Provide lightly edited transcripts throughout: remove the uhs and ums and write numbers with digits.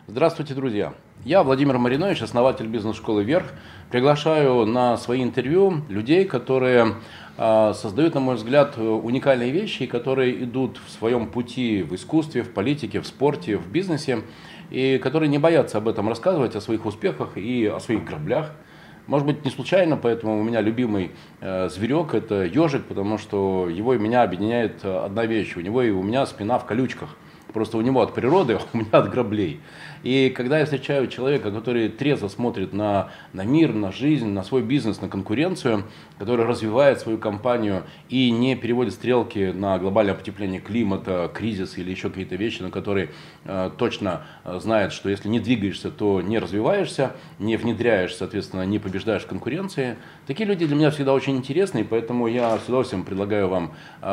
Здравствуйте, друзья! Я Владимир Маринович, основатель бизнес-школы «Вверх». Приглашаю на свои интервью людей, которые создают, на мой взгляд, уникальные вещи, которые идут в своем пути в искусстве, в политике, в спорте, в бизнесе, и которые не боятся об этом рассказывать, о своих успехах и о своих граблях. Может быть, не случайно, поэтому у меня любимый зверек – это ежик, потому что его и меня объединяет одна вещь. У него и у меня спина в колючках. Просто у него от природы, а у меня от граблей. И когда я встречаю человека, который трезво смотрит на мир, на жизнь, на свой бизнес, на конкуренцию, который развивает свою компанию и не переводит стрелки на глобальное потепление климата, кризис или еще какие-то вещи, на которые точно знает, что если не двигаешься, то не развиваешься, не внедряешь, соответственно, не побеждаешь в конкуренции. Такие люди для меня всегда очень интересны, и поэтому я с удовольствием предлагаю вам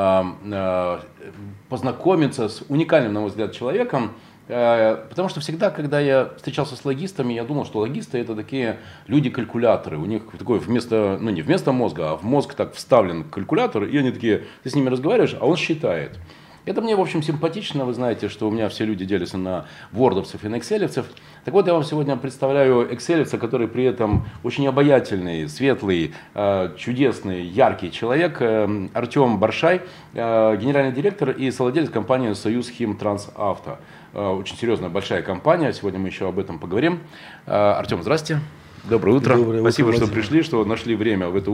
познакомиться с уникальным, на мой взгляд, человеком. Потому что всегда, когда я встречался с логистами, я думал, что логисты это такие люди-калькуляторы. У них такой вместо, не вместо мозга, а в мозг так вставлен калькулятор, и они такие, ты с ними разговариваешь, а он считает. Это мне, в общем, симпатично. Вы знаете, что у меня все люди делятся на вордовцев и на экселевцев. Так вот, я вам сегодня представляю экселевца, который при этом очень обаятельный, светлый, чудесный, яркий человек. Артем Баршай, генеральный директор и совладелец компании «Союз Химтрансавто». Очень серьезная, большая компания. Сегодня мы еще об этом поговорим. Артем, здрасте. Доброе утро. Спасибо, что пришли, что нашли время в этот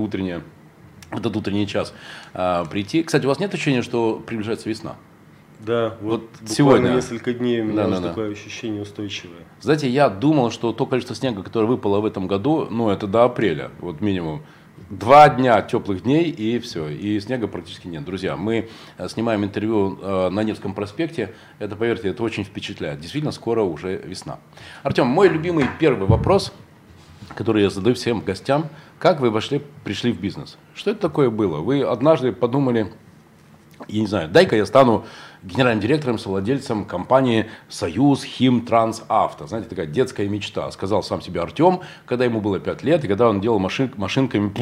утренний час прийти. Кстати, у вас нет ощущения, что приближается весна? Да, вот сегодня несколько дней у меня уже такое ощущение устойчивое. Знаете, я думал, что то количество снега, которое выпало в этом году, это до апреля, вот минимум. 2 дня теплых дней и все, и снега практически нет. Друзья, мы снимаем интервью на Невском проспекте, это, поверьте, это очень впечатляет. Действительно, скоро уже весна. Артем, мой любимый первый вопрос, который я задаю всем гостям: как вы пришли в бизнес? Что это такое было? Вы однажды подумали, я не знаю, дай-ка я стану генеральным директором, совладельцем компании «Союз Химтрансавто». Знаете, такая детская мечта. Сказал сам себе Артем, когда ему было 5 лет, и когда он делал машинками.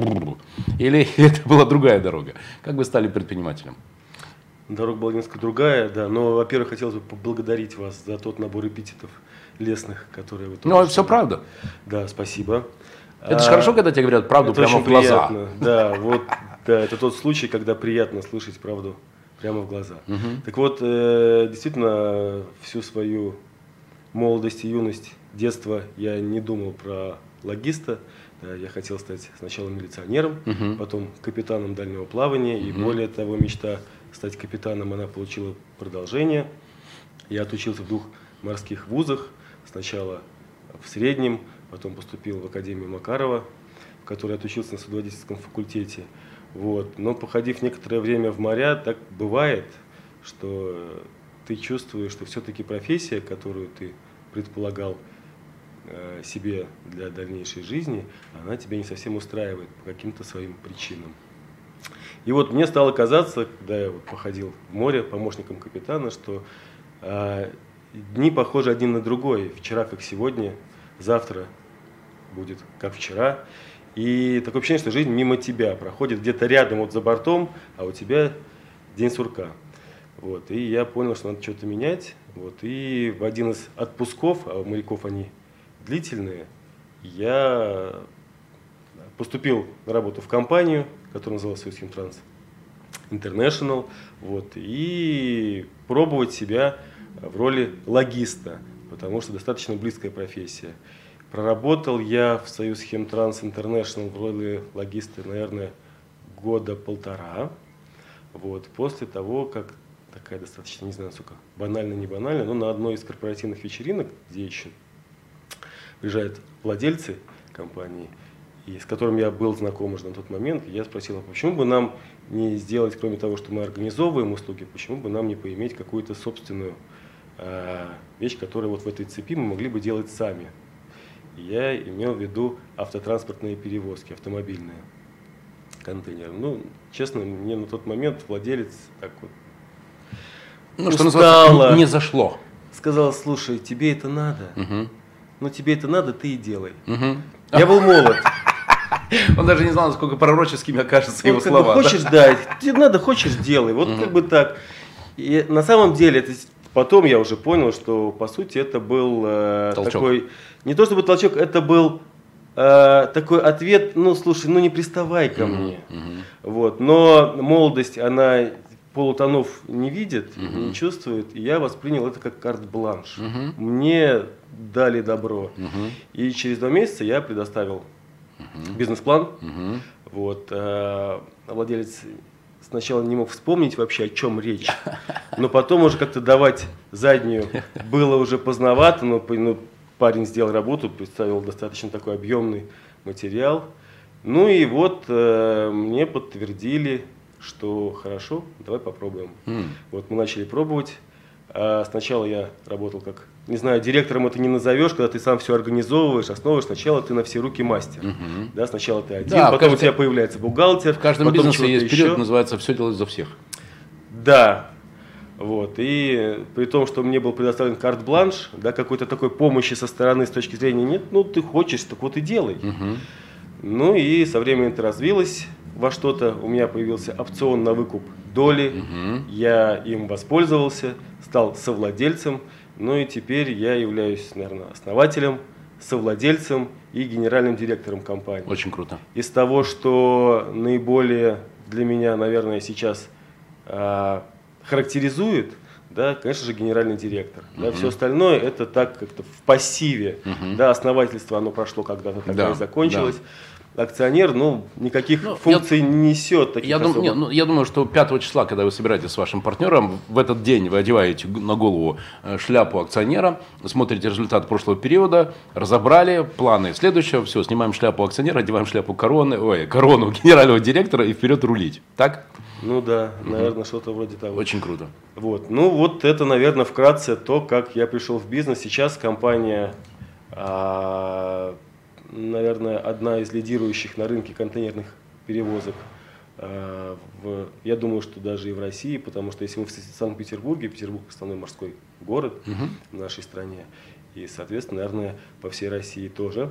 Или это была другая дорога? Как вы стали предпринимателем? Дорога была несколько другая, да. Но, во-первых, хотелось бы поблагодарить вас за тот набор эпитетов лестных, которые вы... Ну, все правда. Да, спасибо. Это же хорошо, когда тебе говорят правду прямо в глаза. Приятно. Да, это тот случай, когда приятно слышать правду прямо в глаза. Так вот, действительно, всю свою молодость и юность, детство я не думал про логиста. Я хотел стать сначала милиционером, потом капитаном дальнего плавания. И более того, мечта стать капитаном, она получила продолжение. Я отучился в 2 морских вузах. Сначала в среднем, потом поступил в Академию Макарова, в которой отучился на судоводительском факультете. Но походив некоторое время в моря, так бывает, что ты чувствуешь, что все-таки профессия, которую ты предполагал себе для дальнейшей жизни, она тебя не совсем устраивает по каким-то своим причинам. И мне стало казаться, когда я походил в море помощником капитана, что дни похожи один на другой. Вчера как сегодня, завтра будет как вчера. И такое ощущение, что жизнь мимо тебя проходит, где-то рядом за бортом, а у тебя день сурка. И я понял, что надо что-то менять. И в один из отпусков, а у моряков они длительные, я поступил на работу в компанию, которая называлась «Союз Химтранс Интернешнл», и пробовать себя в роли логиста, потому что достаточно близкая профессия. Проработал я в «Союз Химтранс Интернешнл» в роли логиста, наверное, 1.5 года. После того, как такая достаточно, не знаю, насколько банально, не банально, но на одной из корпоративных вечеринок, где еще приезжают владельцы компании, и с которым я был знаком уже на тот момент, я спросил, почему бы нам не сделать, кроме того, что мы организовываем услуги, почему бы нам не поиметь какую-то собственную вещь, которую в этой цепи мы могли бы делать сами. Я имел в виду автотранспортные перевозки, автомобильные, контейнеры. Честно, мне на тот момент владелец так что называется, не зашло. Сказал: слушай, тебе это надо? Тебе это надо, ты и делай. Я был молод. Он даже не знал, насколько пророческими окажутся его слова. Хочешь, да, тебе надо, хочешь, делай. Так. И на самом деле это потом я уже понял, что по сути это был такой, не то чтобы толчок, это был такой ответ, ну слушай, ну не приставай ко мне. Вот. Но молодость, она полутонов не видит, не чувствует, и я воспринял это как карт-бланш. Мне дали добро. И через 2 месяца я предоставил бизнес-план. Вот. Владелец сначала не мог вспомнить вообще, о чем речь, но потом уже как-то давать заднюю было уже поздновато, но парень сделал работу, представил достаточно такой объемный материал. Ну и вот мне подтвердили, что хорошо, давай попробуем. Вот мы начали пробовать. Сначала я работал как, не знаю, директором это не назовешь, когда ты сам все организовываешь, основываешь. Сначала ты на все руки мастер. Да, сначала ты один, да, потом у тебя появляется бухгалтер. В каждом бизнесе есть период, называется «все делать за всех». Да. Вот. И при том, что мне был предоставлен карт-бланш, да, какой-то такой помощи со стороны с точки зрения нет, ну ты хочешь, так вот и делай. Ну и со временем это развилось во что-то. У меня появился опцион на выкуп доли, я им воспользовался, стал совладельцем, ну и теперь я являюсь, наверное, основателем, совладельцем и генеральным директором компании. Очень круто. Из того, что наиболее для меня, наверное, сейчас характеризует, да, конечно же, генеральный директор. Да, все остальное это так как-то в пассиве. Да, основательство оно прошло когда-то, тогда и закончилось. Акционер, ну, никаких функций не несет. Я думаю, что 5 числа, когда вы собираетесь с вашим партнером, в этот день вы одеваете на голову шляпу акционера, смотрите результат прошлого периода, разобрали планы следующего, все, снимаем шляпу акционера, одеваем шляпу корону генерального директора и вперед рулить. Так? Ну да, наверное, что-то вроде того. Очень круто. Вот. Ну вот это, наверное, вкратце то, как я пришел в бизнес. Сейчас компания, наверное, одна из лидирующих на рынке контейнерных перевозок. Я думаю, что даже и в России, потому что если мы в Санкт-Петербурге, Петербург основной морской город в нашей стране, и, соответственно, наверное, по всей России тоже.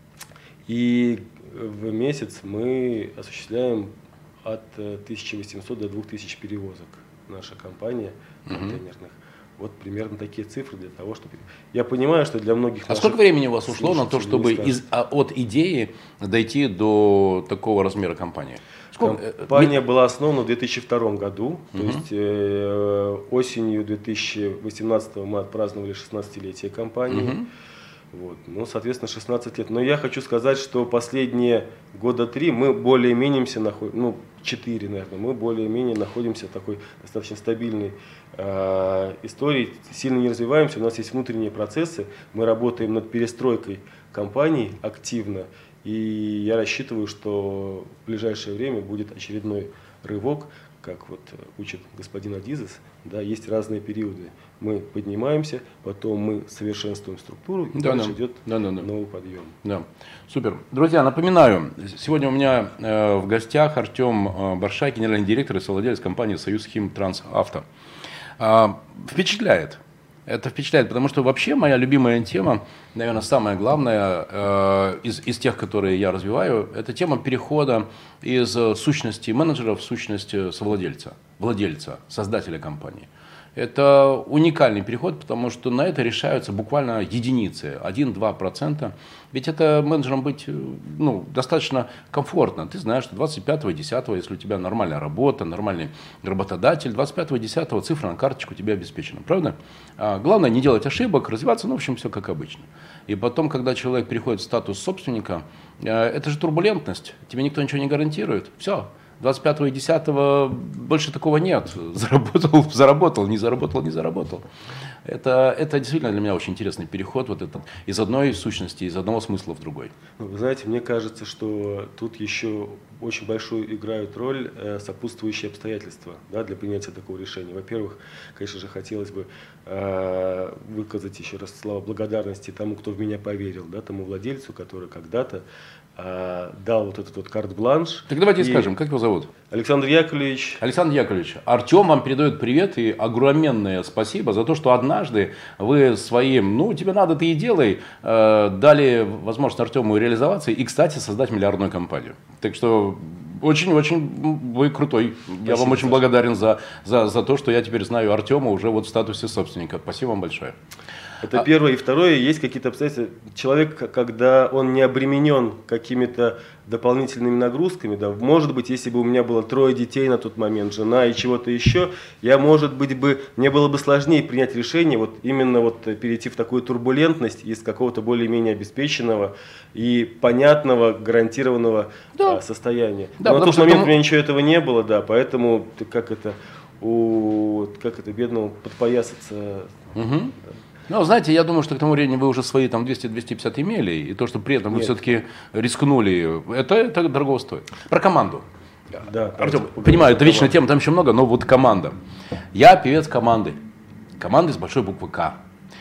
И в месяц мы осуществляем от 1800 до 2000 перевозок, наша компания контейнерных. Вот примерно такие цифры для того, чтобы... Я понимаю, что для многих... А сколько времени у вас ушло на то, чтобы от идеи дойти до такого размера компании? Компания была основана в 2002 году, то есть осенью 2018 мы отпраздновали 16-летие компании. Вот. Ну, соответственно, 16 лет. Но я хочу сказать, что последние года 3 мы более-менее находимся, ну, 4, наверное, мы более-менее находимся в такой достаточно стабильной истории, сильно не развиваемся, у нас есть внутренние процессы, мы работаем над перестройкой компании активно, и я рассчитываю, что в ближайшее время будет очередной рывок, как вот учит господин Адизес, да, есть разные периоды. Мы поднимаемся, потом мы совершенствуем структуру, и дальше идет новый подъем. Да. Супер. Друзья, напоминаю, сегодня у меня в гостях Артем Баршай, генеральный директор и совладелец компании «Союз Химтрансавто». Впечатляет. Это впечатляет, потому что вообще моя любимая тема, наверное, самая главная из тех, которые я развиваю, это тема перехода из сущности менеджера в сущность совладельца, владельца, создателя компании. Это уникальный переход, потому что на это решаются буквально единицы, 1-2%. Ведь это менеджером быть достаточно комфортно. Ты знаешь, что 25-10, если у тебя нормальная работа, нормальный работодатель, 25-10 цифра на карточку тебе обеспечена. Правда? Главное не делать ошибок, развиваться, в общем, все как обычно. И потом, когда человек переходит в статус собственника, это же турбулентность, тебе никто ничего не гарантирует. Все. 25-го и 10-го больше такого нет. Заработал, не заработал. Это действительно для меня очень интересный переход вот этот, из одной сущности, из одного смысла в другой. Вы знаете, мне кажется, что тут еще очень большую играют роль сопутствующие обстоятельства, да, для принятия такого решения. Во-первых, конечно же, хотелось бы выказать еще раз слова благодарности тому, кто в меня поверил, да, тому владельцу, который когда-то дал вот этот вот карт-бланш. Так давайте скажем, как его зовут? Александр Яковлевич. Александр Яковлевич, Артем вам передает привет и огроменное спасибо за то, что однажды вы своим, тебе надо, ты и делай, дали возможность Артему реализоваться и, кстати, создать миллиардную компанию. Так что Очень-очень вы крутой. Я вам очень благодарен за то, что я теперь знаю Артема уже вот в статусе собственника. Спасибо вам большое. Это первое. И второе, есть какие-то обстоятельства. Человек, когда он не обременен какими-то дополнительными нагрузками, да, может быть, если бы у меня было 3 детей на тот момент, жена и чего-то еще, мне было бы сложнее принять решение вот именно вот перейти в такую турбулентность из какого-то более-менее обеспеченного и понятного, гарантированного состояния. Да, но на тот момент у меня ничего этого не было, да, поэтому как это бедному подпоясаться. Угу. Ну, знаете, я думаю, что к тому времени вы уже свои там 200-250 имели, и то, что при этом вы все-таки рискнули, это дорого стоит. Про команду. Да, Артем, понимаю, это вечная тема, там еще много, но вот команда. Я певец команды. Команды с большой буквы К.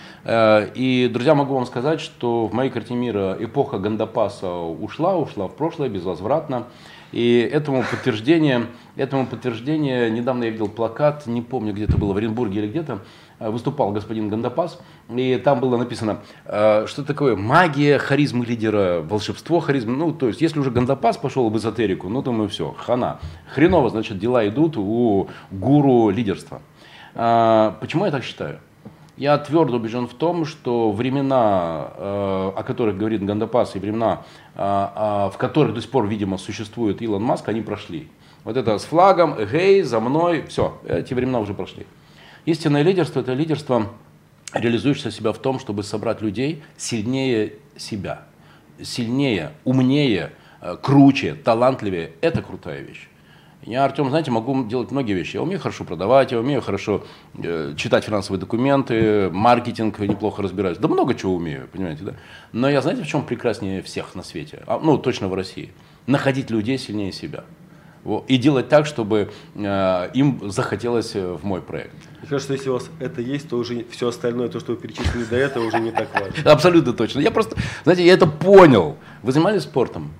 И, друзья, могу вам сказать, что в моей картине мира эпоха Гандапаса ушла в прошлое безвозвратно. И этому подтверждение, недавно я видел плакат, не помню, где это было, в Оренбурге или где-то, выступал господин Гандапас, и там было написано, что такое магия харизмы лидера, волшебство харизмы. Ну, то есть, если уже Гандапас пошел в эзотерику, ну, думаю, все, хана. Хреново, значит, дела идут у гуру лидерства. Почему я так считаю? Я твердо убежден в том, что времена, о которых говорит Гандапас, и времена, в которых до сих пор, видимо, существует Илон Маск, они прошли. Вот это с флагом, эгей, за мной, все, эти времена уже прошли. Истинное лидерство – это лидерство, реализующее себя в том, чтобы собрать людей сильнее себя, сильнее, умнее, круче, талантливее. Это крутая вещь. Я, Артем, знаете, могу делать многие вещи. Я умею хорошо продавать, я умею хорошо читать финансовые документы, маркетинг неплохо разбираюсь. Да много чего умею, понимаете, да? Но я, знаете, в чем прекраснее всех на свете? Ну, точно в России. Находить людей сильнее себя. И делать так, чтобы им захотелось в мой проект. Мне кажется, если у вас это есть, то уже все остальное, то, что вы перечислили до этого, уже не так важно. Абсолютно точно. Я просто, знаете, я это понял. Вы занимались спортом?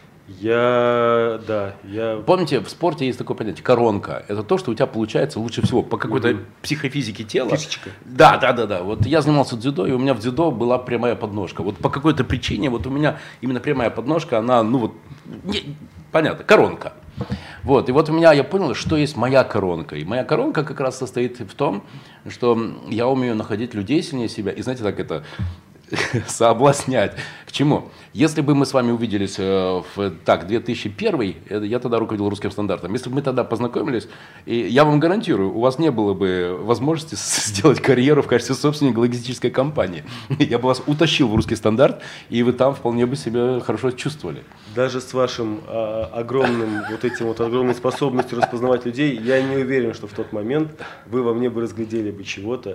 Помните, в спорте есть такое понятие коронка. Это то, что у тебя получается лучше всего по какой-то психофизике тела. Фишечка. Да. Вот я занимался дзюдо, и у меня в дзюдо была прямая подножка. Вот по какой-то причине вот у меня именно прямая подножка, она, понятно, коронка. Вот, и вот я понял, что есть моя коронка. И моя коронка как раз состоит в том, что я умею находить людей сильнее себя. И знаете, так это соблазнять. К чему? Если бы мы с вами увиделись в 2001, я тогда руководил русским стандартом, если бы мы тогда познакомились, и я вам гарантирую, у вас не было бы возможности сделать карьеру в качестве собственника логистической компании. Я бы вас утащил в русский стандарт, и вы там вполне бы себя хорошо чувствовали. Даже с вашим огромной способностью распознавать людей, я не уверен, что в тот момент вы во мне бы разглядели бы чего-то,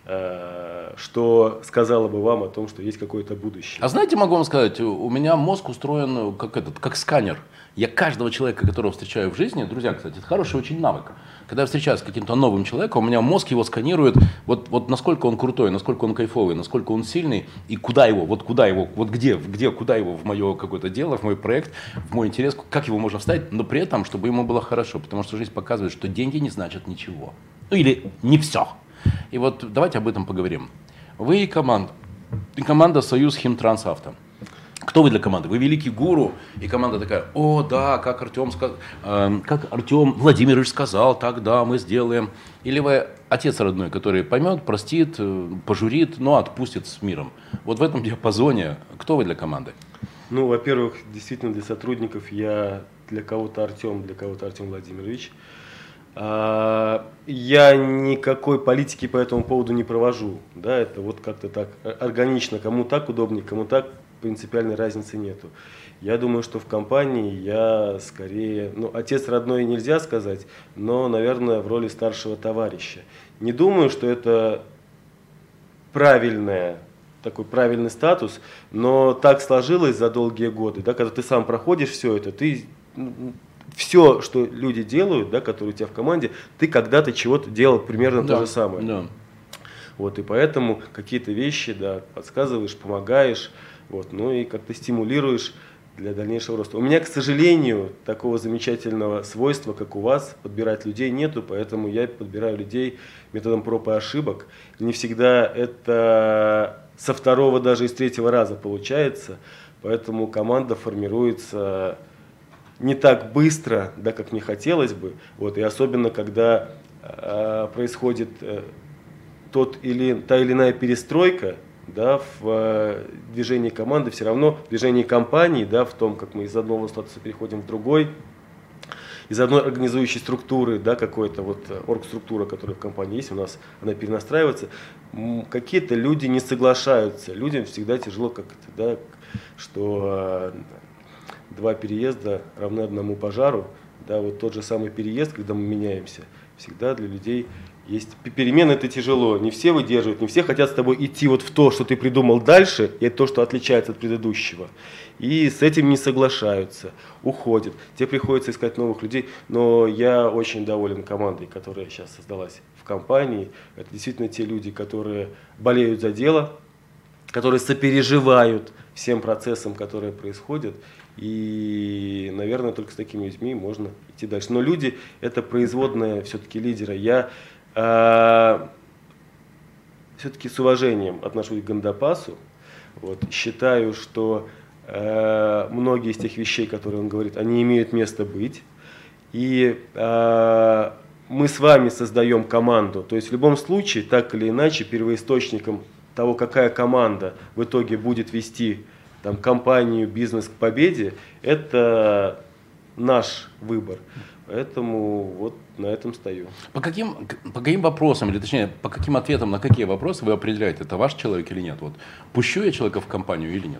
что сказала бы вам о том, что есть какое-то будущее. А знаете, могу вам сказать, у меня мозг устроен как сканер. Я каждого человека, которого встречаю в жизни, друзья, кстати, это хороший очень навык. Когда я встречаюсь с каким-то новым человеком, у меня мозг его сканирует, вот насколько он крутой, насколько он кайфовый, насколько он сильный, и куда его, куда его в мое какое-то дело, в мой проект, в мой интерес, как его можно вставить, но при этом, чтобы ему было хорошо, потому что жизнь показывает, что деньги не значат ничего. Ну или не все. И вот давайте об этом поговорим. Вы и команда «Союз Химтрансавто». Кто вы для команды? Вы великий гуру, и команда такая: о, да, как Артем Владимирович сказал, так да, мы сделаем. Или вы отец родной, который поймет, простит, пожурит, но отпустит с миром. Вот в этом диапазоне кто вы для команды? Ну, во-первых, действительно для сотрудников я для кого-то Артем Владимирович. Я никакой политики по этому поводу не провожу. Да, это вот как-то так органично. Кому так удобнее, кому так, принципиальной разницы нету. Я думаю, что в компании я скорее, отец родной нельзя сказать, но, наверное, в роли старшего товарища. Не думаю, что это такой правильный статус, но так сложилось за долгие годы, да, когда ты сам проходишь все это, все, что люди делают, да, которые у тебя в команде, ты когда-то чего-то делал примерно то же самое. Да. Вот, и поэтому какие-то вещи, да, подсказываешь, помогаешь, и как-то стимулируешь для дальнейшего роста. У меня, к сожалению, такого замечательного свойства, как у вас, подбирать людей нету, поэтому я подбираю людей методом проб и ошибок. Не всегда это со второго, даже из третьего раза получается, поэтому команда формируется не так быстро, да, как мне хотелось бы. Вот, и особенно, когда происходит та или иная перестройка, да, в движении команды, все равно в движении компании, да, в том, как мы из одного статуса переходим в другой, из одной организующей структуры, да, какой-то вот оргструктура, которая в компании есть, у нас она перенастраивается, какие-то люди не соглашаются, людям всегда тяжело как-то, да, что два переезда равны одному пожару, да, вот тот же самый переезд, когда мы меняемся, всегда для людей есть перемены, это тяжело, не все выдерживают, не все хотят с тобой идти вот в то, что ты придумал дальше, и это то, что отличается от предыдущего. И с этим не соглашаются, уходят. Тебе приходится искать новых людей, но я очень доволен командой, которая сейчас создалась в компании. Это действительно те люди, которые болеют за дело, которые сопереживают всем процессам, которые происходят. И, наверное, только с такими людьми можно идти дальше. Но люди – это производная все-таки лидера. Я все-таки с уважением отношусь к Гандапасу. Вот, считаю, что многие из тех вещей, которые он говорит, они имеют место быть. И мы с вами создаем команду. То есть в любом случае, так или иначе, первоисточником того, какая команда в итоге будет вести там, компанию, бизнес к победе, это наш выбор. Поэтому вот на этом стою. По каким вопросам, или точнее, по каким ответам на какие вопросы вы определяете, это ваш человек или нет? Вот, пущу я человека в компанию или нет?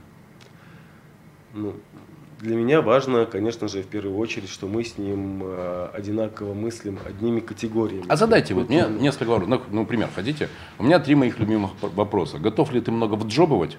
Ну, для меня важно, конечно же, в первую очередь, что мы с ним одинаково мыслим одними категориями. А задайте вот мне несколько вопросов. Ну, пример, хотите? У меня 3 моих любимых вопроса. Готов ли ты много вджобывать?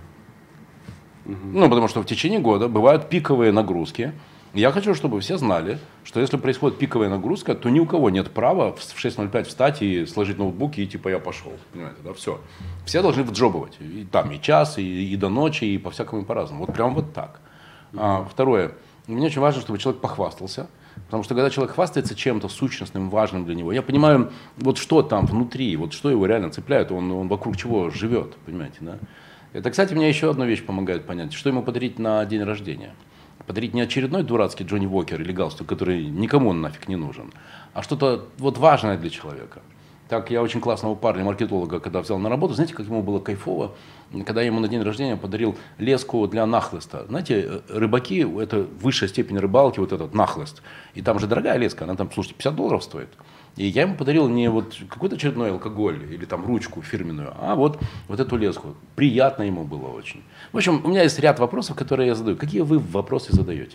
Ну, потому что в течение года бывают пиковые нагрузки. Я хочу, чтобы все знали, что если происходит пиковая нагрузка, то ни у кого нет права в 6:05 встать и сложить ноутбук и типа я пошел. Понимаете, да, все. Все должны вджобывать. И там и час, и до ночи, и по-всякому, и по-разному. Вот прям вот так. Второе. Мне очень важно, чтобы человек похвастался. Потому что когда человек хвастается чем-то сущностным, важным для него, я понимаю, вот что там внутри, вот что его реально цепляет, он вокруг чего живет, понимаете, да? Это, кстати, мне еще одну вещь помогает понять, что ему подарить на день рождения. Подарить не очередной дурацкий Джонни Уокер или галстук, который никому он нафиг не нужен, а что-то вот важное для человека. Так, я очень классного парня, маркетолога, когда взял на работу, знаете, как ему было кайфово, когда я ему на день рождения подарил леску для нахлыста. Знаете, рыбаки, это высшая степень рыбалки, вот этот нахлыст. И там же дорогая леска, она там, слушайте, $50 стоит. И я ему подарил не вот какой-то очередной алкоголь или там ручку фирменную, а вот эту леску. Приятно ему было очень. В общем, у меня есть ряд вопросов, которые я задаю. Какие вы вопросы задаете?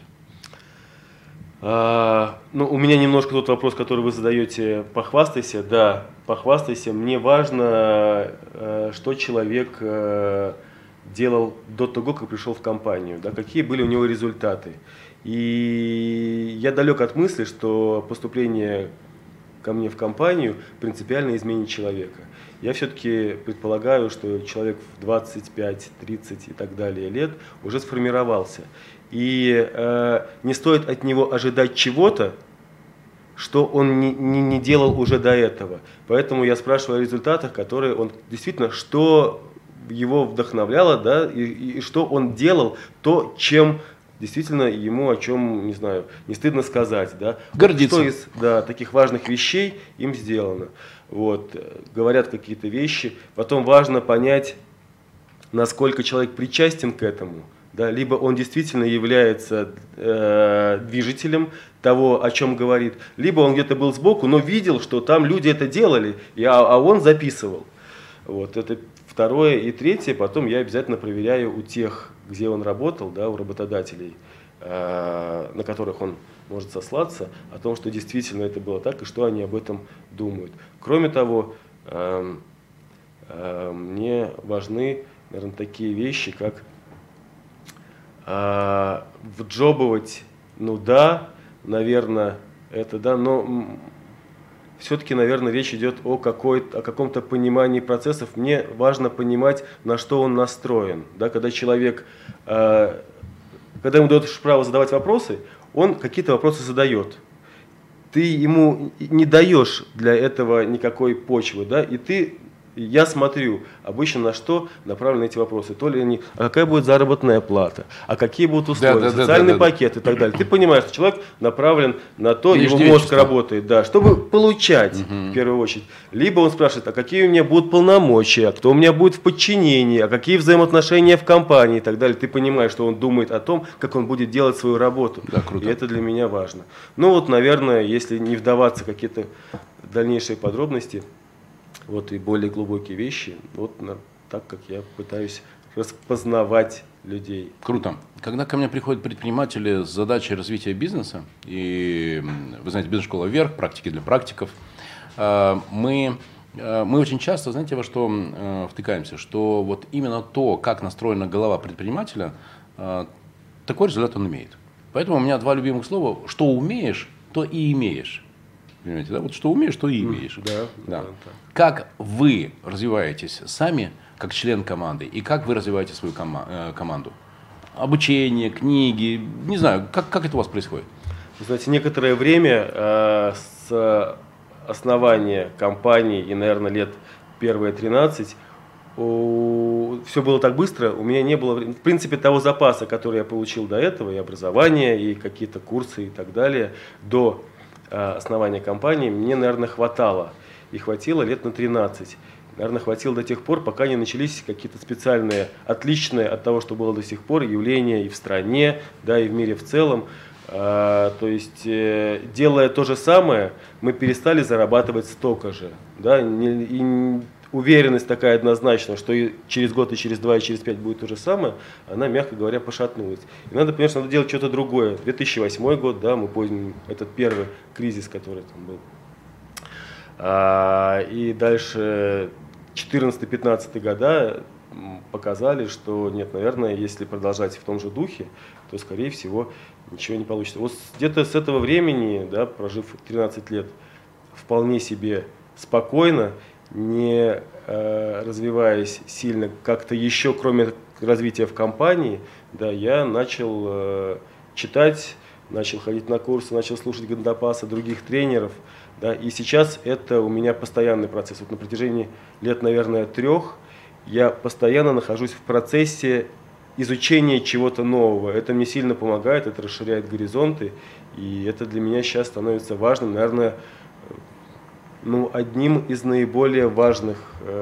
Ну, у меня немножко тот вопрос, который вы задаете, похвастайся. Да, похвастайся. Мне важно, что человек делал до того, как пришел в компанию, да, какие были у него результаты. И я далек от мысли, что поступление ко мне в компанию принципиально изменит человека. Я все-таки предполагаю, что человек в 25, 30 и так далее лет уже сформировался. И не стоит от него ожидать чего-то, что он не делал уже до этого. Поэтому я спрашиваю о результатах, которые он действительно, что его вдохновляло, да, и что он делал, то, чем действительно ему, о чем, не знаю, не стыдно сказать, да. Гордиться. Что из таких важных вещей им сделано. Вот, говорят какие-то вещи. Потом важно понять, насколько человек причастен к этому. Да, либо он действительно является движителем того, о чем говорит, либо он где-то был сбоку, но видел, что там люди это делали, а он записывал. Вот, это второе. И третье, потом я обязательно проверяю у тех, где он работал, да, у работодателей, на которых он может сослаться, о том, что действительно это было так и что они об этом думают. Кроме того, мне важны, наверное, такие вещи, как вджобывать, ну да, наверное, это да, но все-таки, наверное, речь идет о каком-то понимании процессов. Мне важно понимать, на что он настроен. Да, когда человек, когда ему даешь право задавать вопросы, он какие-то вопросы задает. Ты ему не даешь для этого никакой почвы, да, и ты я смотрю обычно на что направлены эти вопросы. То ли они, а какая будет заработная плата, а какие будут условия, социальный пакет и так далее. Ты понимаешь, что человек направлен на то, его мозг работает, да, чтобы получать в первую очередь. Либо он спрашивает, а какие у меня будут полномочия, кто у меня будет в подчинении, а какие взаимоотношения в компании и так далее. Ты понимаешь, что он думает о том, как он будет делать свою работу. Да, круто. И это для меня важно. Ну вот, наверное, если не вдаваться в какие-то дальнейшие подробности, вот и более глубокие вещи, вот так как я пытаюсь распознавать людей. Круто. Когда ко мне приходят предприниматели с задачей развития бизнеса, и вы знаете, бизнес-школа «Вверх», практики для практиков, мы очень часто, знаете, во что втыкаемся, что вот именно то, как настроена голова предпринимателя, такой результат он имеет. Поэтому у меня два любимых слова: что умеешь, то и имеешь. Понимаете, да? Вот что умеешь, то и имеешь. Да. Как вы развиваетесь сами, как член команды, и как вы развиваете свою команду? Обучение, книги, не знаю, как это у вас происходит? Вы знаете, некоторое время с основания компании и, наверное, лет первые 13, все было так быстро, у меня не было, в принципе, того запаса, который я получил до этого, и образование, и какие-то курсы и так далее, до основания компании, мне, наверное, хватало. И хватило лет на 13. Наверное, хватило до тех пор, пока не начались какие-то специальные, отличные от того, что было до сих пор, явления и в стране, да, и в мире в целом. То есть, делая то же самое, мы перестали зарабатывать столько же. Да, и уверенность такая однозначная, что и через год, и через 2, и через 5 будет то же самое, она, мягко говоря, пошатнулась. И надо, конечно, надо делать что-то другое. 2008 год, да, мы помним этот первый кризис, который там был. И дальше 14-15 года показали, что нет, наверное, если продолжать в том же духе, то, скорее всего, ничего не получится. Вот где-то с этого времени, да, прожив 13 лет, вполне себе спокойно, не развиваясь сильно как-то еще, кроме развития в компании, да, я начал читать, начал ходить на курсы, начал слушать Гандапаса, других тренеров. Да, и сейчас это у меня постоянный процесс. Вот на протяжении лет, наверное, 3 я постоянно нахожусь в процессе изучения чего-то нового. Это мне сильно помогает, это расширяет горизонты, и это для меня сейчас становится важным, наверное, одним из наиболее важных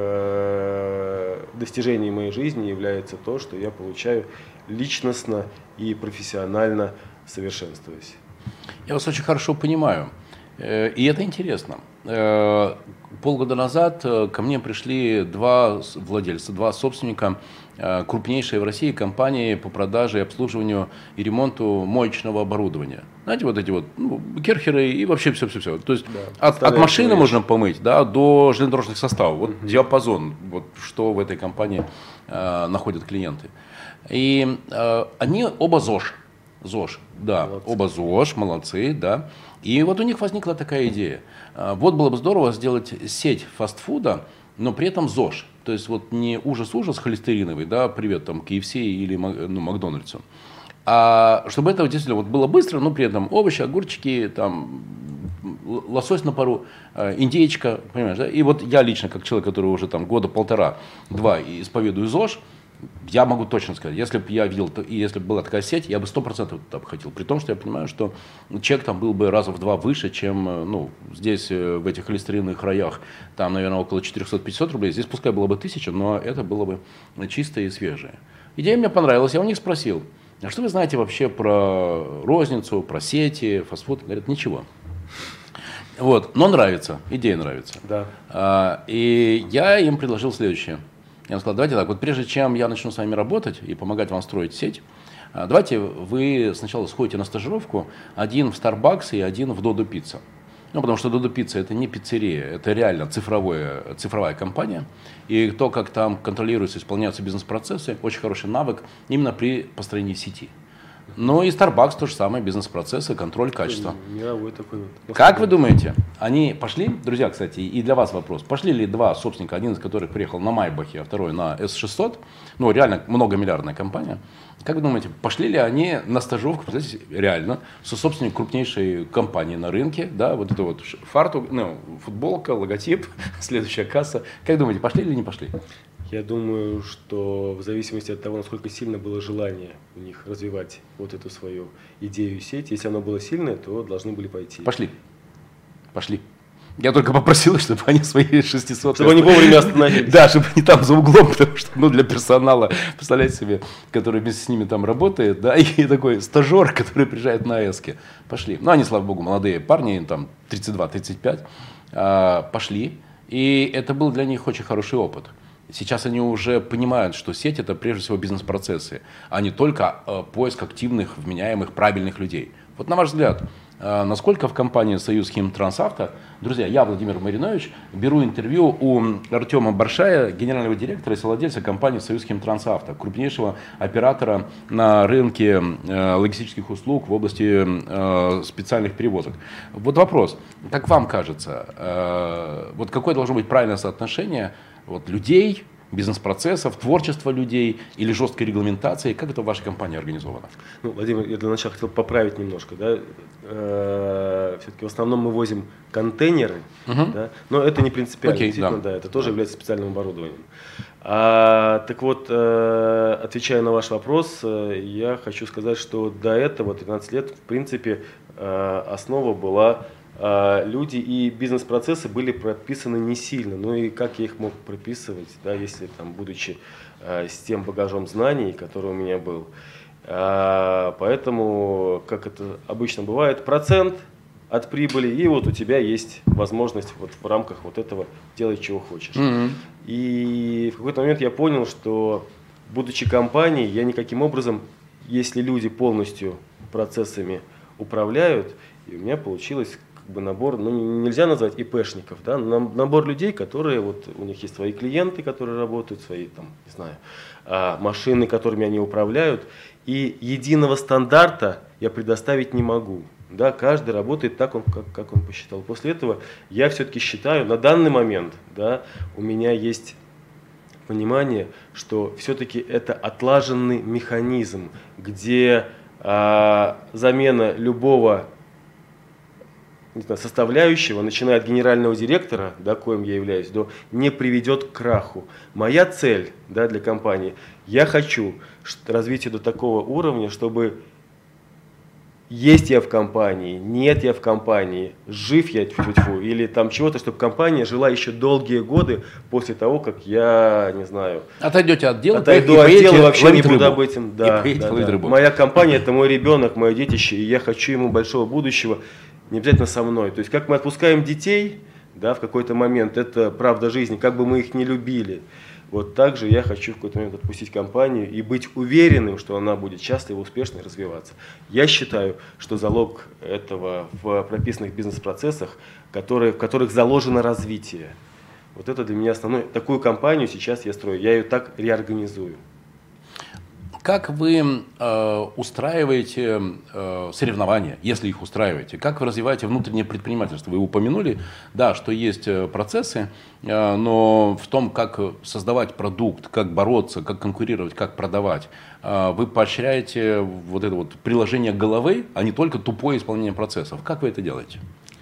достижений моей жизни является то, что я получаю личностно и профессионально совершенствуясь. Я вас очень хорошо понимаю. И это интересно. Полгода назад ко мне пришли 2 владельца, 2 собственника крупнейшей в России компании по продаже и обслуживанию и ремонту моечного оборудования. Знаете, вот эти вот керхеры и вообще все. То есть да, от машины можно помыть, да, до железнодорожных составов. Вот диапазон, вот что в этой компании находят клиенты. И они оба ЗОЖ. Да, молодцы. Оба ЗОЖ, молодцы, да. И вот у них возникла такая идея. Вот было бы здорово сделать сеть фастфуда, но при этом ЗОЖ. То есть вот не ужас-ужас холестериновый, да, привет там KFC или Макдональдсу. А чтобы это действительно вот было быстро, но при этом овощи, огурчики, там, лосось на пару, индейка, понимаешь, да? И вот я лично, как человек, который уже там года 1,5-2 исповедую ЗОЖ, я могу точно сказать, если бы я видел, и если бы была такая сеть, я бы 100% туда бы хотел. При том, что я понимаю, что чек там был бы раза в 2 выше, чем здесь, в этих холестериновых раях, там, наверное, около 450 рублей. Здесь пускай было бы 1000, но это было бы чистое и свежее. Идея мне понравилась, я у них спросил, а что вы знаете вообще про розницу, про сети, фастфуд? Говорят, ничего. Вот, но нравится, идея нравится. Да. И я им предложил следующее. Я сказал, давайте так, вот прежде чем я начну с вами работать и помогать вам строить сеть, давайте вы сначала сходите на стажировку, один в Starbucks и один в Dodo Pizza. Потому что Dodo Pizza это не пиццерия, это реально цифровая компания. И то, как там контролируются, исполняются бизнес-процессы, очень хороший навык именно при построении сети. Ну и Starbucks то же самое, бизнес-процессы, контроль качества. Мировой такой вот. Как вы думаете, они пошли, друзья, кстати, и для вас вопрос, пошли ли два собственника, один из которых приехал на Майбахе, а второй на S600, ну реально многомиллиардная компания, как вы думаете, пошли ли они на стажировку, представляете, реально, со собственной крупнейшей компанией на рынке, да, вот это вот фартук, ну, футболка, логотип, следующая касса, как думаете, пошли или не пошли? Я думаю, что в зависимости от того, насколько сильно было желание у них развивать вот эту свою идею и сеть, если оно было сильное, то должны были пойти. Пошли. Пошли. Я только попросил, чтобы они свои 600... Чтобы они вовремя остановились. Да, чтобы они там за углом, потому что, ну, для персонала, представляете себе, который вместе с ними там работает, да, и такой стажер, который приезжает на АЭСке. Пошли. Ну, они, слава богу, молодые парни, там 32-35, пошли. И это был для них очень хороший опыт. Сейчас они уже понимают, что сеть – это прежде всего бизнес-процессы, а не только поиск активных, вменяемых, правильных людей. Вот на ваш взгляд, насколько в компании «Союз Химтрансавто», друзья, я, Владимир Маринович, беру интервью у Артема Баршая, генерального директора и совладельца компании «Союз Химтрансавто», крупнейшего оператора на рынке логистических услуг в области специальных перевозок. Вот вопрос, как вам кажется, вот какое должно быть правильное соотношение вот, людей, бизнес-процессов, творчества людей или жесткой регламентации? Как это в вашей компании организовано? Ну, Владимир, я для начала хотел поправить немножко. Да? Все-таки в основном мы возим контейнеры, да? Но это не принципиально. Действительно, да, это тоже является специальным оборудованием. Так вот, отвечая на ваш вопрос, я хочу сказать, что до этого 13 лет, в принципе, основа была... люди и бизнес-процессы были прописаны не сильно. Ну и как я их мог прописывать, да, если там, будучи с тем багажом знаний, который у меня был. Поэтому, как это обычно бывает, процент от прибыли, и вот у тебя есть возможность вот в рамках вот этого делать, чего хочешь. И в какой-то момент я понял, что, будучи компанией, я никаким образом, если люди полностью процессами управляют, и у меня получилось набор, ну нельзя назвать ИПшников, да, набор людей, которые вот у них есть свои клиенты, которые работают, свои там, не знаю, машины, которыми они управляют, и единого стандарта я предоставить не могу, да, каждый работает так, как он посчитал. После этого я все-таки считаю, на данный момент, да, у меня есть понимание, что все-таки это отлаженный механизм, где замена любого составляющего, начиная от генерального директора, да, коим я являюсь, не приведет к краху. Моя цель, да, для компании, я хочу развитие до такого уровня, чтобы есть я в компании, нет я в компании, жив я тьфу-тьфу, или там чего-то, чтобы компания жила еще долгие годы после того, как я, не знаю... Отойдете от дела, отойду от дела, вообще не буду об этом. Да, да. Моя компания – это мой ребенок, мое детище, и я хочу ему большого будущего. Не обязательно со мной. То есть, как мы отпускаем детей, да, в какой-то момент, это правда жизни, как бы мы их не любили. Вот так же я хочу в какой-то момент отпустить компанию и быть уверенным, что она будет счастлива, успешно развиваться. Я считаю, что залог этого в прописанных бизнес-процессах, в которых заложено развитие. Вот это для меня основное. Такую компанию сейчас я строю, я ее так реорганизую. Как вы устраиваете соревнования, если их устраиваете? Как вы развиваете внутреннее предпринимательство? Вы упомянули, да, что есть процессы, но в том, как создавать продукт, как бороться, как конкурировать, как продавать, вы поощряете вот это вот приложение головы, а не только тупое исполнение процессов. Как вы это делаете?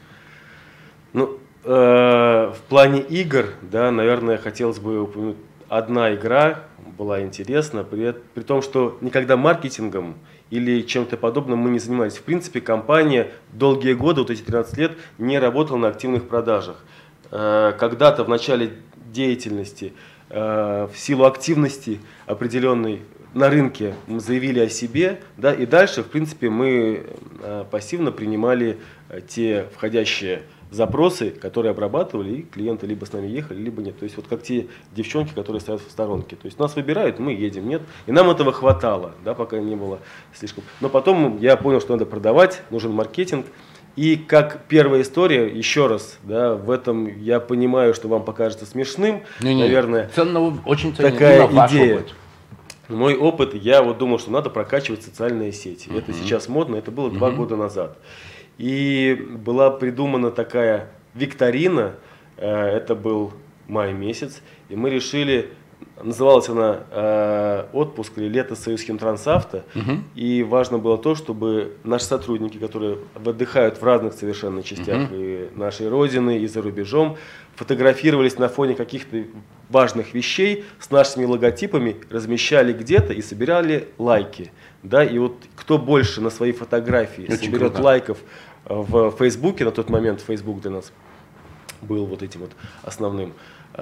Ну, в плане игр, да, наверное, хотелось бы упомянуть, одна игра была интересна, при том, что никогда маркетингом или чем-то подобным мы не занимались. В принципе, компания долгие годы, вот эти 13 лет, не работала на активных продажах. Когда-то в начале деятельности, в силу активности определенной на рынке мы заявили о себе, да, и дальше, в принципе, мы пассивно принимали те входящие запросы, которые обрабатывали, и клиенты либо с нами ехали, либо нет. То есть вот как те девчонки, которые стоят в сторонке. То есть нас выбирают, мы едем, нет. И нам этого хватало, да, пока не было слишком. Но потом я понял, что надо продавать, нужен маркетинг. И как первая история, еще раз, да, в этом я понимаю, что вам покажется смешным, наверное, очень такая идея. Мой опыт, я вот думал, что надо прокачивать социальные сети. Это сейчас модно, это было 2 года назад. И была придумана такая викторина, это был май месяц, и мы решили, называлась она «Отпуск» или «Лето Союзхимтрансавто», и важно было то, чтобы наши сотрудники, которые отдыхают в разных совершенно частях и нашей родины, и за рубежом, фотографировались на фоне каких-то важных вещей с нашими логотипами, размещали где-то и собирали лайки. Да? И вот кто больше на свои фотографии очень соберет круто. Лайков в Фейсбуке, на тот момент Facebook для нас был вот этим вот основным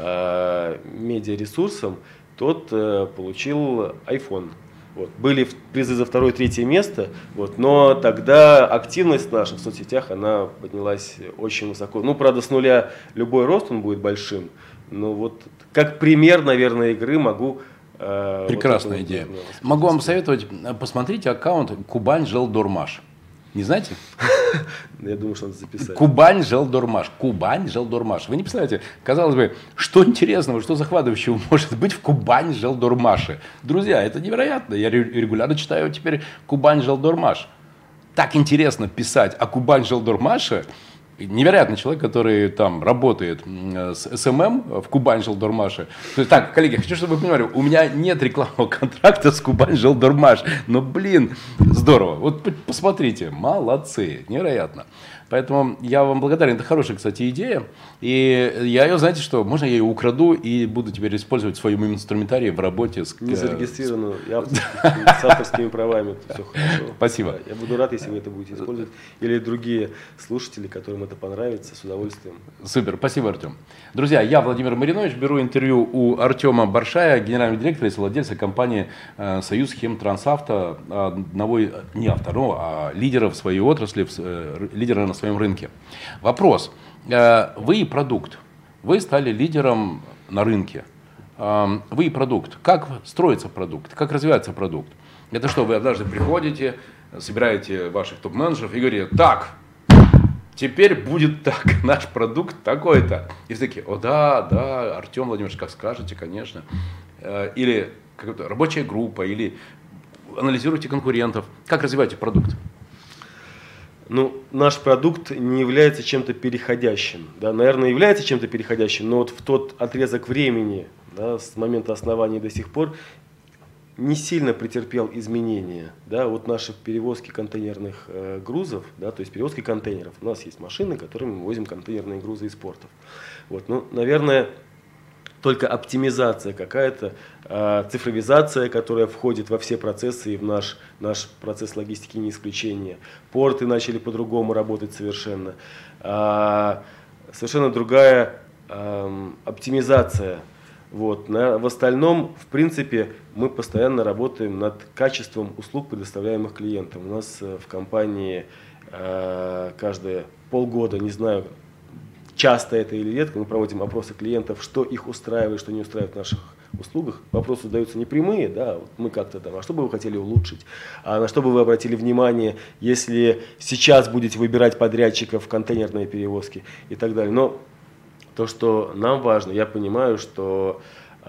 медиаресурсом, тот получил iPhone. Вот. Были призы за 2-3 место, вот, но тогда активность наша в соцсетях, она поднялась очень высоко. Ну, правда, с нуля любой рост, он будет большим, но вот как пример, наверное, игры могу... Прекрасная идея. Могу вам советовать, посмотрите аккаунт Кубань Желдормаш. Не знаете? Я думаю, что надо записать. Кубань Желдормаш. Кубань Желдормаш. Вы не представляете, казалось бы, что интересного, что захватывающего может быть в Кубань Желдормаше. Друзья, это невероятно. Я регулярно читаю теперь Кубань Желдормаш. Так интересно писать о Кубань Желдормаше. Невероятный человек, который там работает с СММ в Кубань Желдормаше. Так, коллеги, хочу, чтобы вы понимали, у меня нет рекламного контракта с Кубань Желдормаш. Но, блин, здорово. Вот посмотрите, молодцы, невероятно. Поэтому я вам благодарен. Это хорошая, кстати, идея. И я ее, знаете что, можно я ее украду и буду теперь использовать в своем инструментарии в работе с... Не зарегистрированную, с авторскими правами. Все хорошо. Спасибо. Я буду рад, если вы это будете использовать. Или другие слушатели, которым это понравится, с удовольствием. Супер, спасибо, Артем. Друзья, я Владимир Маринович, беру интервью у Артема Баршая, генерального директора и совладельца компании «Союз Химтрансавто», одного, не автора, а лидера в своей отрасли, лидера на своем рынке. Вопрос. Вы и продукт. Вы стали лидером на рынке. Вы и продукт. Как строится продукт? Как развивается продукт? Это что, вы однажды приходите, собираете ваших топ-менеджеров и говорите: так, теперь будет так, наш продукт такой-то. И все такие: о да, Артем Владимирович, как скажете, конечно. Или какая-то рабочая группа, или анализируйте конкурентов. Как развиваете продукт? Ну, наш продукт не является чем-то переходящим. Да? Наверное, является чем-то переходящим, но вот в тот отрезок времени, да, с момента основания до сих пор, не сильно претерпел изменения. Да? Вот наши перевозки контейнерных грузов, да, то есть перевозки контейнеров. У нас есть машины, которыми мы возим контейнерные грузы из портов. Вот, ну, наверное, только оптимизация какая-то, цифровизация, которая входит во все процессы, и в наш процесс логистики не исключение. Порты начали по-другому работать совершенно. Совершенно другая оптимизация. Вот. В остальном, в принципе, мы постоянно работаем над качеством услуг, предоставляемых клиентам. У нас в компании каждые полгода, не знаю, часто это или редко, мы проводим опросы клиентов, что их устраивает, что не устраивает в наших услугах. Вопросы задаются непрямые, да, вот мы как-то там, а что бы вы хотели улучшить, а на что бы вы обратили внимание, если сейчас будете выбирать подрядчиков в контейнерные перевозки и так далее. Но то, что нам важно, я понимаю, что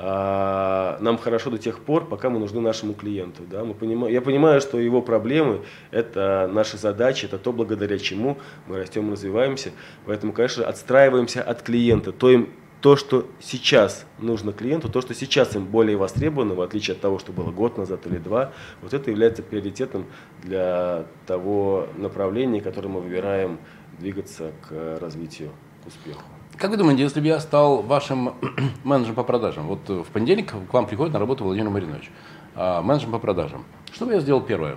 нам хорошо до тех пор, пока мы нужны нашему клиенту. Да? Я понимаю, что его проблемы – это наши задачи, это то, благодаря чему мы растем и развиваемся. Поэтому, конечно, отстраиваемся от клиента. То, что сейчас нужно клиенту, то, что сейчас им более востребовано, в отличие от того, что было год назад или 2, вот это является приоритетом для того направления, которое мы выбираем двигаться к развитию, к успеху. Как вы думаете, если бы я стал вашим менеджером по продажам, вот в понедельник к вам приходит на работу Владимир Маринович, менеджером по продажам, что бы я сделал первое?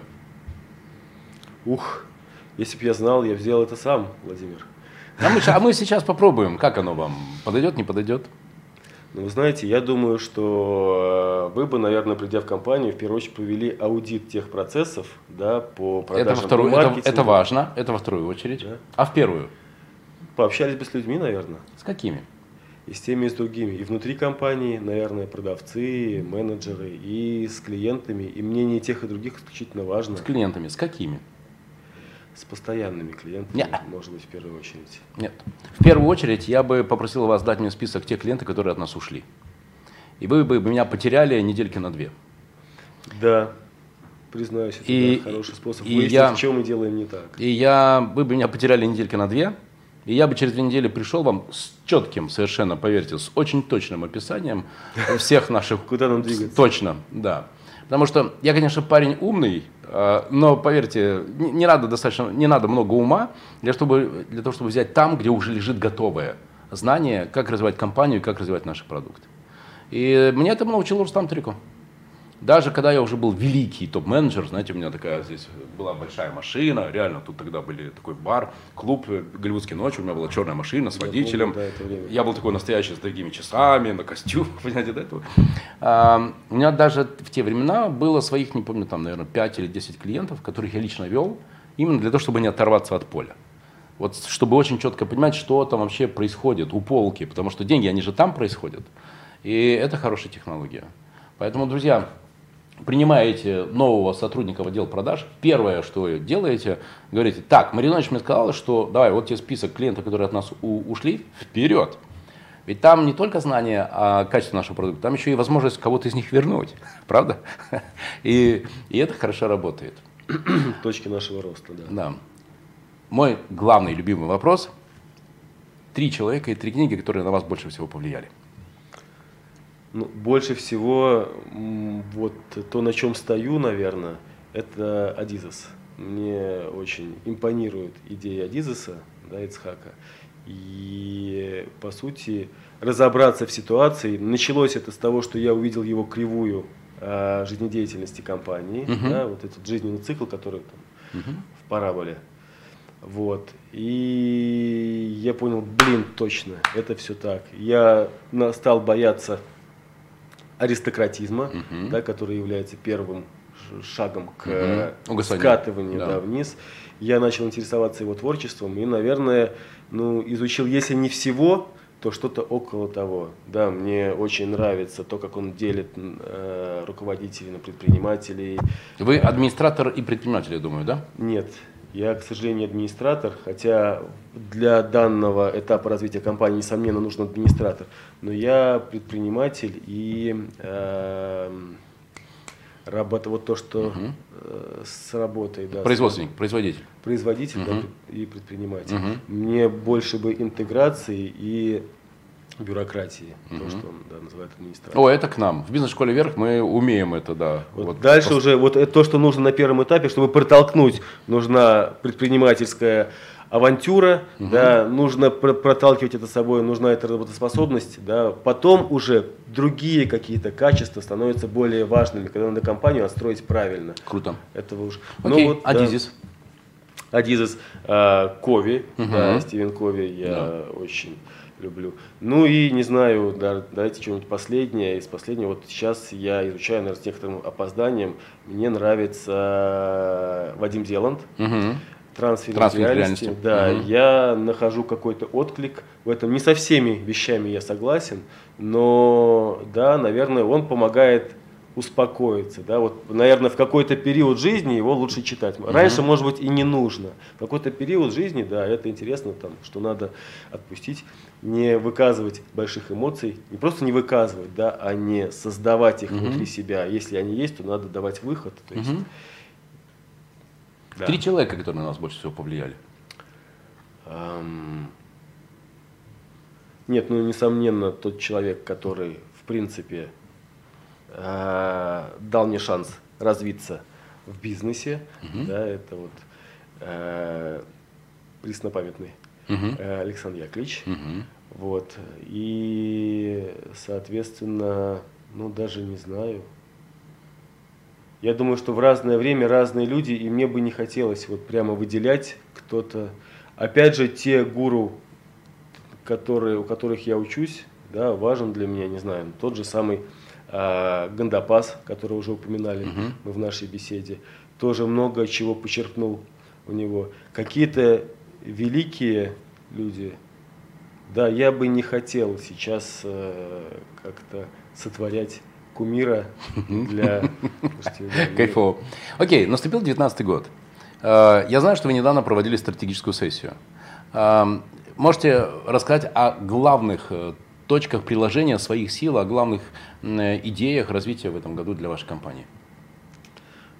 Если бы я знал, я бы сделал это сам, Владимир. А мы сейчас попробуем, как оно вам, подойдет, не подойдет? Ну, вы знаете, я думаю, что вы бы, наверное, придя в компанию, в первую очередь провели аудит тех процессов, да, по продажам, по маркетингу. Это важно, это во вторую очередь. Да. А в первую? Пообщались бы с людьми, наверное. С какими? И с теми, и с другими. И внутри компании, наверное, продавцы, менеджеры, и с клиентами. И мнение тех и других исключительно важно. С клиентами. С какими? С постоянными клиентами, может быть, в первую очередь. Нет. В первую очередь я бы попросил вас дать мне список тех клиентов, которые от нас ушли. И вы бы меня потеряли недельки на 2. Да, признаюсь, это хороший способ выяснить, в чем мы делаем не так. Вы бы меня потеряли недельки на 2, и я бы через 2 недели пришел вам с четким, совершенно, поверьте, с очень точным описанием всех наших... Куда нам двигаться. Точно, да. Потому что я, конечно, парень умный, но, поверьте, не надо много ума для того, чтобы взять там, где уже лежит готовое знание, как развивать компанию, как развивать наши продукты. И мне этому научил Рустам Трико. Даже когда я уже был великий топ-менеджер, знаете, у меня такая здесь была большая машина, реально, тут тогда были такой бар, клуб «Голливудские ночи», у меня была черная машина с водителем. Я был такой настоящий, с дорогими часами, на костюм, понимаете, до этого. У меня даже в те времена было своих, не помню, там, наверное, 5 или 10 клиентов, которых я лично вел, именно для того, чтобы не оторваться от поля. Вот, чтобы очень четко понимать, что там вообще происходит у полки, потому что деньги, они же там происходят. И это хорошая технология. Поэтому, друзья, принимаете нового сотрудника в отдел продаж, первое, что делаете, говорите: так, Маринович мне сказал, что давай, вот тебе список клиентов, которые от нас ушли, вперед. Ведь там не только знание о качестве нашего продукта, там еще и возможность кого-то из них вернуть, правда? И это хорошо работает. Точки нашего роста, да. Да. Мой главный любимый вопрос: 3 человека и 3 книги, которые на вас больше всего повлияли. Ну, больше всего, вот то, на чем стою, наверное, это Адизес. Мне очень импонирует идея Адизеса, да, Ицхака. И, по сути, разобраться в ситуации. Началось это с того, что я увидел его кривую жизнедеятельности компании, да, вот этот жизненный цикл, который там, в параболе. Вот. И я понял, точно, это все так. Я стал бояться аристократизма, да, который является первым шагом к скатыванию вниз. Я начал интересоваться его творчеством и, наверное, изучил, если не всего, то что-то около того. Да, мне очень нравится то, как он делит руководителей на предпринимателей. Вы администратор и предприниматель, я думаю, да? Нет. Я, к сожалению, администратор, хотя для данного этапа развития компании, несомненно, нужен администратор. Но я предприниматель и вот то, что с работой. Да, производитель. Производитель, да, и предприниматель. Мне больше бы интеграции и бюрократии, то, что он называет администрацией. О, это к нам. В бизнес-школе «Вверх» мы умеем это, да. Вот дальше просто... уже, вот это то, что нужно на первом этапе, чтобы протолкнуть, нужна предпринимательская авантюра, да, нужно проталкивать это собой, нужна эта работоспособность, да, потом уже другие какие-то качества становятся более важными, когда надо компанию отстроить правильно. Круто. Этого уже. Окей, вот, Адизес. Да. Адизес, Кови, да, Стивен Кови, я очень люблю. Ну и не знаю, давайте что-нибудь последнее. Из последнего, вот сейчас я изучаю, наверное, с некоторым опозданием. Мне нравится Вадим Зеланд, трансфер реальности. Да, я нахожу какой-то отклик в этом. Не со всеми вещами я согласен, но да, наверное, он помогает успокоиться, да, вот, наверное, в какой-то период жизни его лучше читать. Раньше, может быть, и не нужно. В какой-то период жизни, да, это интересно, там, что надо отпустить, не выказывать больших эмоций, не просто не выказывать, да, а не создавать их внутри себя. Если они есть, то надо давать выход. То есть, да. 3 человека, которые на нас больше всего повлияли. Нет, несомненно, тот человек, который, в принципе, дал мне шанс развиться в бизнесе, да, это вот преснопамятный Александр Яковлевич, вот, и, соответственно, даже не знаю, я думаю, что в разное время разные люди, и мне бы не хотелось вот прямо выделять кто-то, опять же, те гуру, у которых я учусь, да, важен для меня, не знаю, тот же самый Гандапас, который уже упоминали мы в нашей беседе, тоже много чего почерпнул у него. Какие-то великие люди, да, я бы не хотел сейчас как-то сотворять кумира для... Кайфово. Окей, наступил 19-й год. Я знаю, что вы недавно проводили стратегическую сессию. Можете рассказать о главных точках приложения своих сил, о главных идеях развития в этом году для вашей компании?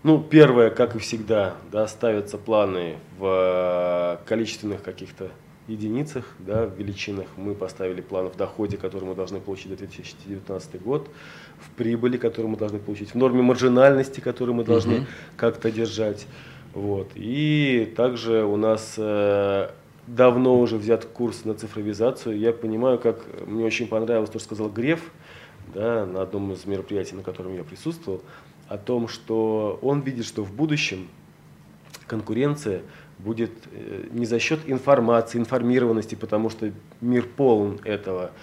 Ну, первое, как и всегда, да, ставятся планы в количественных каких-то единицах, да, в величинах. Мы поставили план в доходе, который мы должны получить за 2019 год, в прибыли, которую мы должны получить, в норме маржинальности, которую мы должны как-то держать. Вот. И также у нас давно уже взят курс на цифровизацию. Я понимаю, как мне очень понравилось то, что сказал Греф, да, на одном из мероприятий, на котором я присутствовал, о том, что он видит, что в будущем конкуренция будет не за счет информации, информированности, потому что мир полон этого,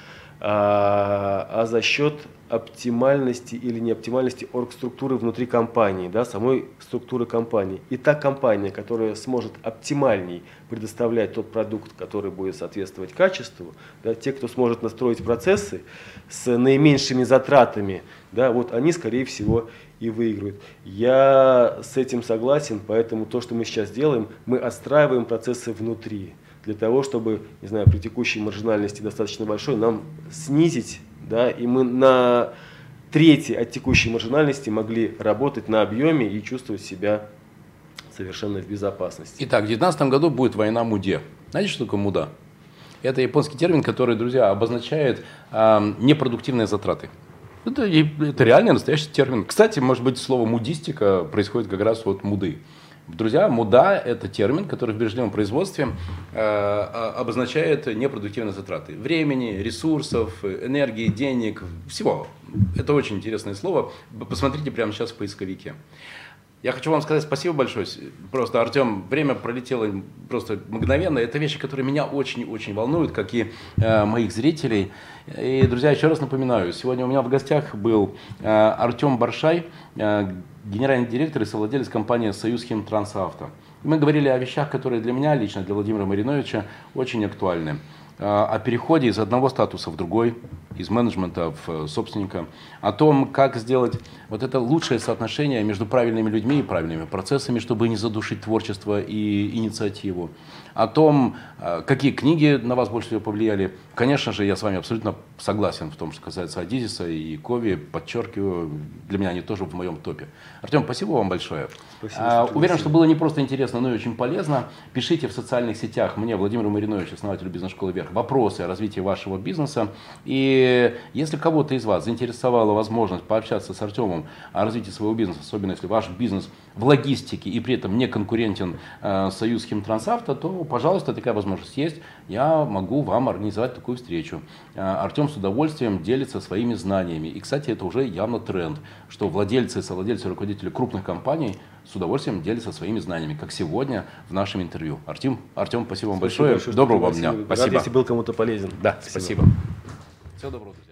а за счет оптимальности или неоптимальности оргструктуры внутри компании, да, самой структуры компании. И та компания, которая сможет оптимальней предоставлять тот продукт, который будет соответствовать качеству, да, те, кто сможет настроить процессы с наименьшими затратами, да, вот они, скорее всего, и выиграют. Я с этим согласен, поэтому то, что мы сейчас делаем, мы отстраиваем процессы внутри, для того, чтобы, не знаю, при текущей маржинальности достаточно большой, нам снизить, да, и мы на трети от текущей маржинальности могли работать на объеме и чувствовать себя совершенно в безопасности. Итак, в 2019 году будет война МУДе. Знаете, что такое МУДа? Это японский термин, который, друзья, обозначает непродуктивные затраты. Это реально настоящий термин. Кстати, может быть, слово мудистика происходит как раз от муды. Друзья, муда – это термин, который в бережливом производстве обозначает непродуктивные затраты. Времени, ресурсов, энергии, денег, всего. Это очень интересное слово. Посмотрите прямо сейчас в поисковике. Я хочу вам сказать спасибо большое. Просто, Артем, время пролетело просто мгновенно. Это вещи, которые меня очень-очень волнуют, как и моих зрителей. И, друзья, еще раз напоминаю, сегодня у меня в гостях был Артем Баршай, генеральный директор и совладелец компании «Союз Химтрансавто». Мы говорили о вещах, которые для меня, лично для Владимира Мариновича, очень актуальны. О переходе из одного статуса в другой, из менеджмента в собственника, о том, как сделать вот это лучшее соотношение между правильными людьми и правильными процессами, чтобы не задушить творчество и инициативу, о том, какие книги на вас больше всего повлияли. Конечно же, я с вами абсолютно согласен в том, что касается Адизиса и Кови, подчеркиваю, для меня они тоже в моем топе. Артем, спасибо вам большое. Спасибо, уверен, что было не просто интересно, но и очень полезно. Пишите в социальных сетях мне, Владимиру Мариновичу, основателю бизнес-школы «Вверх», вопросы о развитии вашего бизнеса. И если кого-то из вас заинтересовала возможность пообщаться с Артемом о развитии своего бизнеса, особенно если ваш бизнес в логистике и при этом не конкурентен Союз Химтрансавто, то, пожалуйста, такая возможность есть. Я могу вам организовать такую встречу. Артем с удовольствием делится своими знаниями. И, кстати, это уже явно тренд, что владельцы, совладельцы, руководители крупных компаний с удовольствием делятся своими знаниями, как сегодня в нашем интервью. Артем, спасибо вам большое. Доброго вам дня. Спасибо. Рад, если был кому-то полезен. Да, спасибо. Всего доброго.